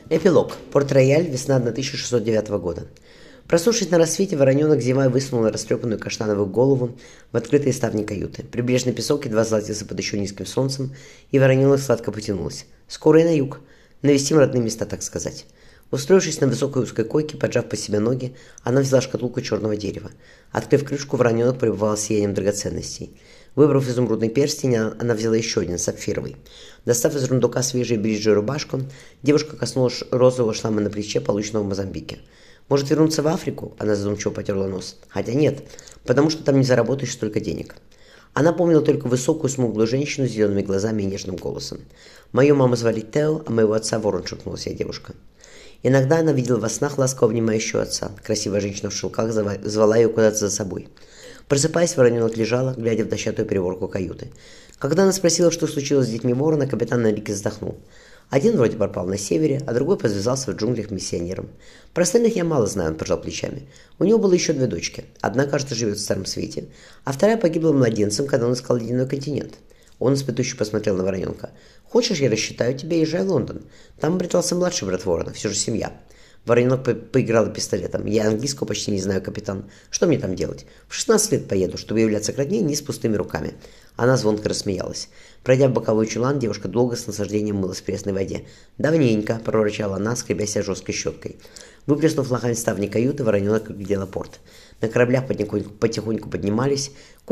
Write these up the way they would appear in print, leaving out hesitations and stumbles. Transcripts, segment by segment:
Эпилог. Порт-Рояль, весна 1609 года. Проснувшись на рассвете, вороненок зевая высунул растрепанную каштановую голову в открытые ставни каюты. Прибрежный песок едва золотился под еще низким солнцем, и вороненок сладко потянулась. Скоро и на юг. Навестим родные места, так сказать. Устроившись на высокой узкой койке, поджав по себе ноги, она взяла шкатулку черного дерева. Открыв крышку, вороненок пребывал сиянием драгоценностей. Выбрав изумрудный перстень, она взяла еще один, сапфировый. Достав из рундука свежую бриджую рубашку, девушка коснулась розового шлама на плече, полученного в Мозамбике. «Может вернуться в Африку?» – она задумчиво потерла нос. «Хотя нет, потому что там не заработаешь столько денег». Она помнила только высокую смуглую женщину с зелеными глазами и нежным голосом. «Мою маму звали Тео, а моего отца Ворон», – шепнула себе девушка. Иногда она видела во снах ласково обнимающего отца. Красивая женщина в шелках звала ее куда-то за собой. Просыпаясь, вороненок лежала, глядя в дощатую переборку каюты. Когда она спросила, что случилось с детьми ворона, капитан Энрике вздохнул. Один вроде пропал на севере, а другой подвязался в джунглях миссионером. Про остальных я мало знаю, он пожал плечами. У него было еще 2 дочки. Одна, кажется, живет в Старом Свете, а вторая погибла младенцем, когда он искал ледяной континент. Он испытующе посмотрел на вороненка. «Хочешь, я рассчитаю тебя, езжай в Лондон. Там обретался младший брат ворона, все же семья». Вороненок поиграл пистолетом. «Я английского почти не знаю, капитан. Что мне там делать? В 16 лет поеду, чтобы являться к родне не с пустыми руками». Она звонко рассмеялась. Пройдя в боковой чулан, девушка долго с наслаждением мылась в пресной воде. «Давненько», — проворчала она, скребя себя жесткой щеткой. Выплеснув лохань ставни каюты, вороненок оглядела порт. На кораблях потихоньку поднимались,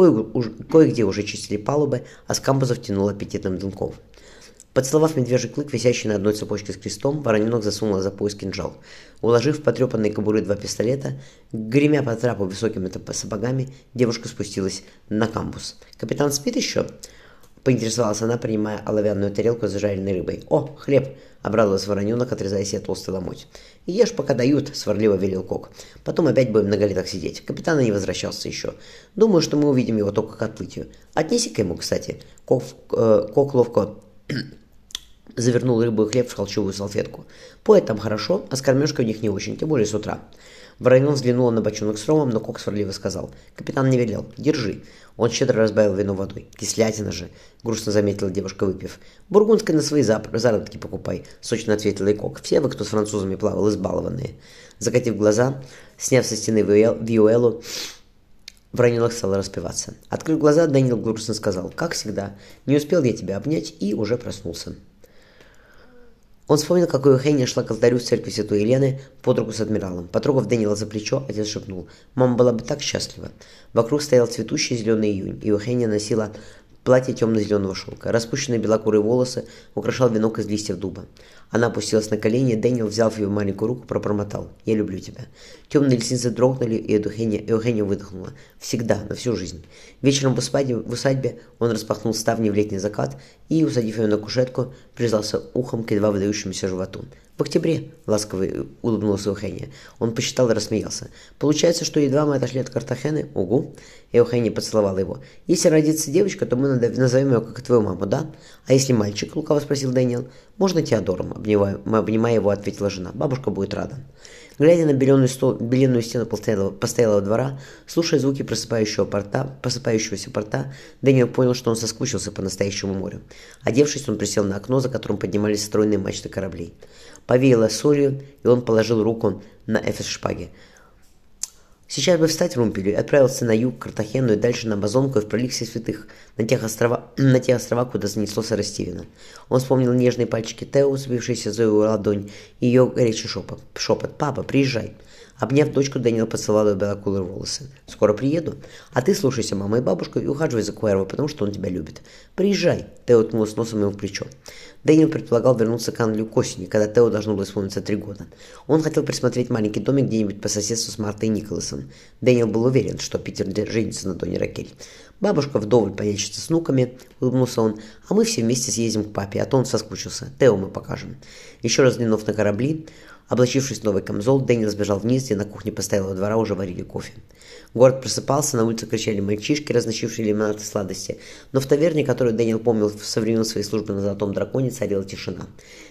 кое-где уже чистили палубы, а с камбузов тянуло аппетитным дымком. Поцеловав медвежий клык, висящий на одной цепочке с крестом, вороненок засунула за пояс кинжал. Уложив в потрепанные кобуры 2 пистолета, гремя по трапу высокими сапогами, девушка спустилась на камбуз. «Капитан спит еще?» — поинтересовалась она, принимая оловянную тарелку с зажаренной рыбой. «О, хлеб!» — обрадовался вороненок, отрезая себе толстый ломоть. «Ешь, пока дают», — сварливо велел Кок. «Потом опять будем на галетах сидеть. Капитан не возвращался еще. Думаю, что мы увидим его только к отплытию. Отнеси-ка ему, кстати». Кок ловко завернул рыбу и хлеб в холщовую салфетку. «Поет там хорошо, а с кормежкой у них не очень, тем более с утра». Вороненок взглянула на бочонок с ромом, но Кок сварливо сказал. «Капитан не велел. Держи». Он щедро разбавил вино водой. «Кислятина же», — грустно заметила девушка, выпив. «Бургундской на свои заработки покупай», — сочно ответила и Кок. «Все вы, кто с французами плавал, избалованные». Закатив глаза, сняв со стены виуэлу, вороненок стал распеваться. Открыв глаза, Дэниел грустно сказал. «Как всегда, не успел я тебя обнять и уже проснулся». Он вспомнил, как Эухения шла к алтарю в церкви Святой Елены под руку с адмиралом. Потрогав Дэниела за плечо, отец шепнул. «Мама была бы так счастлива». Вокруг стоял цветущий зеленый июнь, и Эухения носила платье темно-зеленого шелка. Распущенные белокурые волосы украшал венок из листьев дуба. Она опустилась на колени, Дэниел, взяв ее маленькую руку, пробормотал. «Я люблю тебя». Темные ресницы дрогнули, и Эухения выдохнула. «Всегда, на всю жизнь». Вечером в усадьбе он распахнул ставни в летний закат и, усадив ее на кушетку, прижался ухом к едва выдающемуся животу. «В октябре», — ласково улыбнулся Эухения. Он посчитал и рассмеялся. «Получается, что едва мы отошли от Картахены?» «Угу». Эухения поцеловала его. «Если родится девочка, то мы назовем ее, как и твою маму, да? А если мальчик?» — лукаво спросил Дэниел. «Можно Теодором?» — обнимая его, ответила жена. «Бабушка будет рада». Глядя на беленую стену постоялого двора, слушая звуки просыпающегося порта, Дэниел понял, что он соскучился по настоящему морю. Одевшись, он присел на окно, за которым поднимались стройные мачты кораблей. Повеяло солью, и он положил руку на эфес шпаги. Сейчас бы встать в румпель и отправился на юг, к Картахену и дальше на Амазонку и в пролив Всех Святых, на те острова, куда занесло сэра Стивена. Он вспомнил нежные пальчики Тео, сбившиеся за его ладонь, и ее горячий шепот. «Папа, приезжай». Обняв дочку, Дэниел поцеловал ее белокурые волосы. «Скоро приеду. А ты слушайся маму и бабушку и ухаживай за Куэрво, потому что он тебя любит. Приезжай!» Тео уткнулась носом ему в плечо. Дэниел предполагал вернуться к Англию к осени, когда Тео должно было исполниться 3 года. Он хотел присмотреть маленький домик где-нибудь по соседству с Мартой и Николасом. Дэниел был уверен, что Питер женится на Доне Ракель. «Бабушка вдоволь понянчится с внуками», — улыбнулся он, «а мы все вместе съездим к папе, а то он соскучился. Тео мы покажем». Еще раз взглянув на корабли, облачившись в новый камзол, Дэниел сбежал вниз, где на кухне постоялого двора уже варили кофе. Город просыпался, на улице кричали мальчишки, разносившие лимонад и сладости, но в таверне, которую Дэниел помнил со времен своей службы на Золотом Драконе, царила тишина.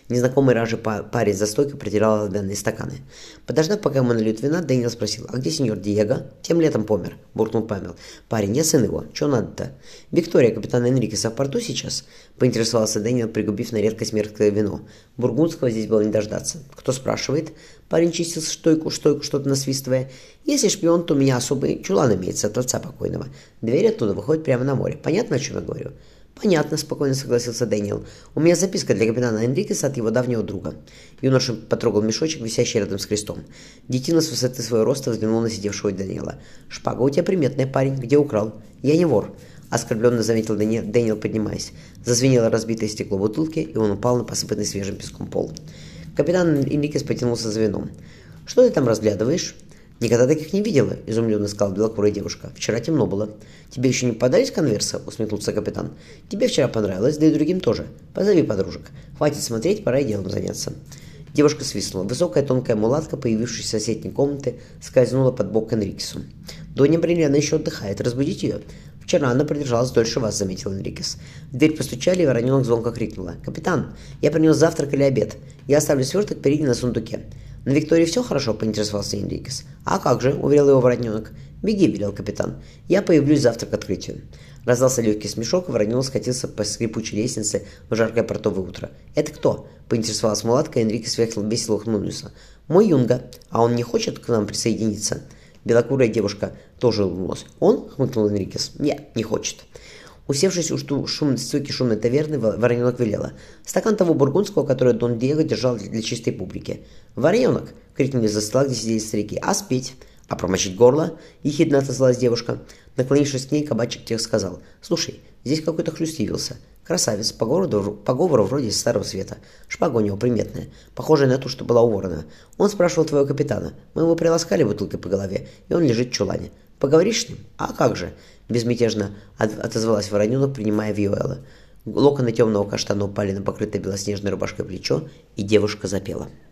Незнакомый рыжий парень за стойкой протирал оловянные стаканы. Подождав, пока ему нальют вина, Дэниел спросил: «А где сеньор Диего?» «Тем летом помер», — буркнул Памел. «Парень, я сын его. Чего надо-то?» «Виктория, капитана Энрикеса в порту сейчас?» — поинтересовался Дэниел, пригубив на редкость мерзкое вино. Бургундского здесь было не дождаться. «Кто спрашивает?» Парень чистил стойку, что-то насвистывая. «Если шпион, то у меня особый чулан имеется от отца покойного. Дверь оттуда выходит прямо на море. Понятно, о чем я говорю?» «Понятно», — спокойно согласился Дэниел. «У меня записка для капитана Энрикеса от его давнего друга». Юноша потрогал мешочек, висящий рядом с крестом. Детина с высоты своего роста взглянул на сидевшего Дэниела. «Шпага у тебя приметная, парень. Где украл?» «Я не вор», — оскорбленно заметил Дэниел, поднимаясь. Зазвенело разбитое стекло бутылки, и он упал на посыпанный свежим песком пол. Капитан Энрикес потянулся за вином. «Что ты там разглядываешь?» «Никогда таких не видела», — изумленно сказала белокурая девушка. «Вчера темно было». «Тебе еще не попадались конверсы?» — усмехнулся капитан. «Тебе вчера понравилось, да и другим тоже. Позови подружек. Хватит смотреть, пора и делом заняться». Девушка свистнула. Высокая тонкая мулатка, появившаяся из соседней комнаты, скользнула под бок Энрикесу. «Донья Бриллиана еще отдыхает. Разбудить ее?» «Вчера она продержалась дольше вас», — заметил Энрикес. В дверь постучали, и вороненок звонко крикнула: «Капитан, я принес завтрак или обед. Я оставлю сверток впереди на сундуке». «На Виктории все хорошо?» — поинтересовался Энрикес. «А как же?» — уверил его воротненок. «Беги», — велел капитан. «Я появлюсь завтра к открытию». Раздался легкий смешок, и вороненок скатился по скрипучей лестнице в жаркое портовое утро. «Это кто?» — поинтересовалась мулатка, и Энрикес весело ухмыльнулся. «Мой Юнга. А он не хочет к нам присоединиться?» Белокурая девушка тоже улыбнулась. «Он?» — хмыкнул Энрикес. «Нет, не хочет». Усевшись у стойки шумной таверны, вороненок велела: «Стакан того бургундского, который Дон Диего держал для чистой публики». «Вороненок!» — крикнули за стола, где сидели старики. «А спеть?» «А промочить горло?» — ехидно отозвалась девушка. Наклонившись к ней, кабачик тех сказал: «Слушай, здесь какой-то хлюст явился. Красавец, по говору вроде из Старого Света. Шпага у него приметная, похожая на ту, что была у ворона. Он спрашивал твоего капитана. Мы его приласкали бутылкой по голове, и он лежит в чулане. Поговоришь с ним? А как же?» Безмятежно отозвалась вороненок, принимая Виоэла. Локоны темного каштана упали на покрытое белоснежной рубашкой плечо, и девушка запела.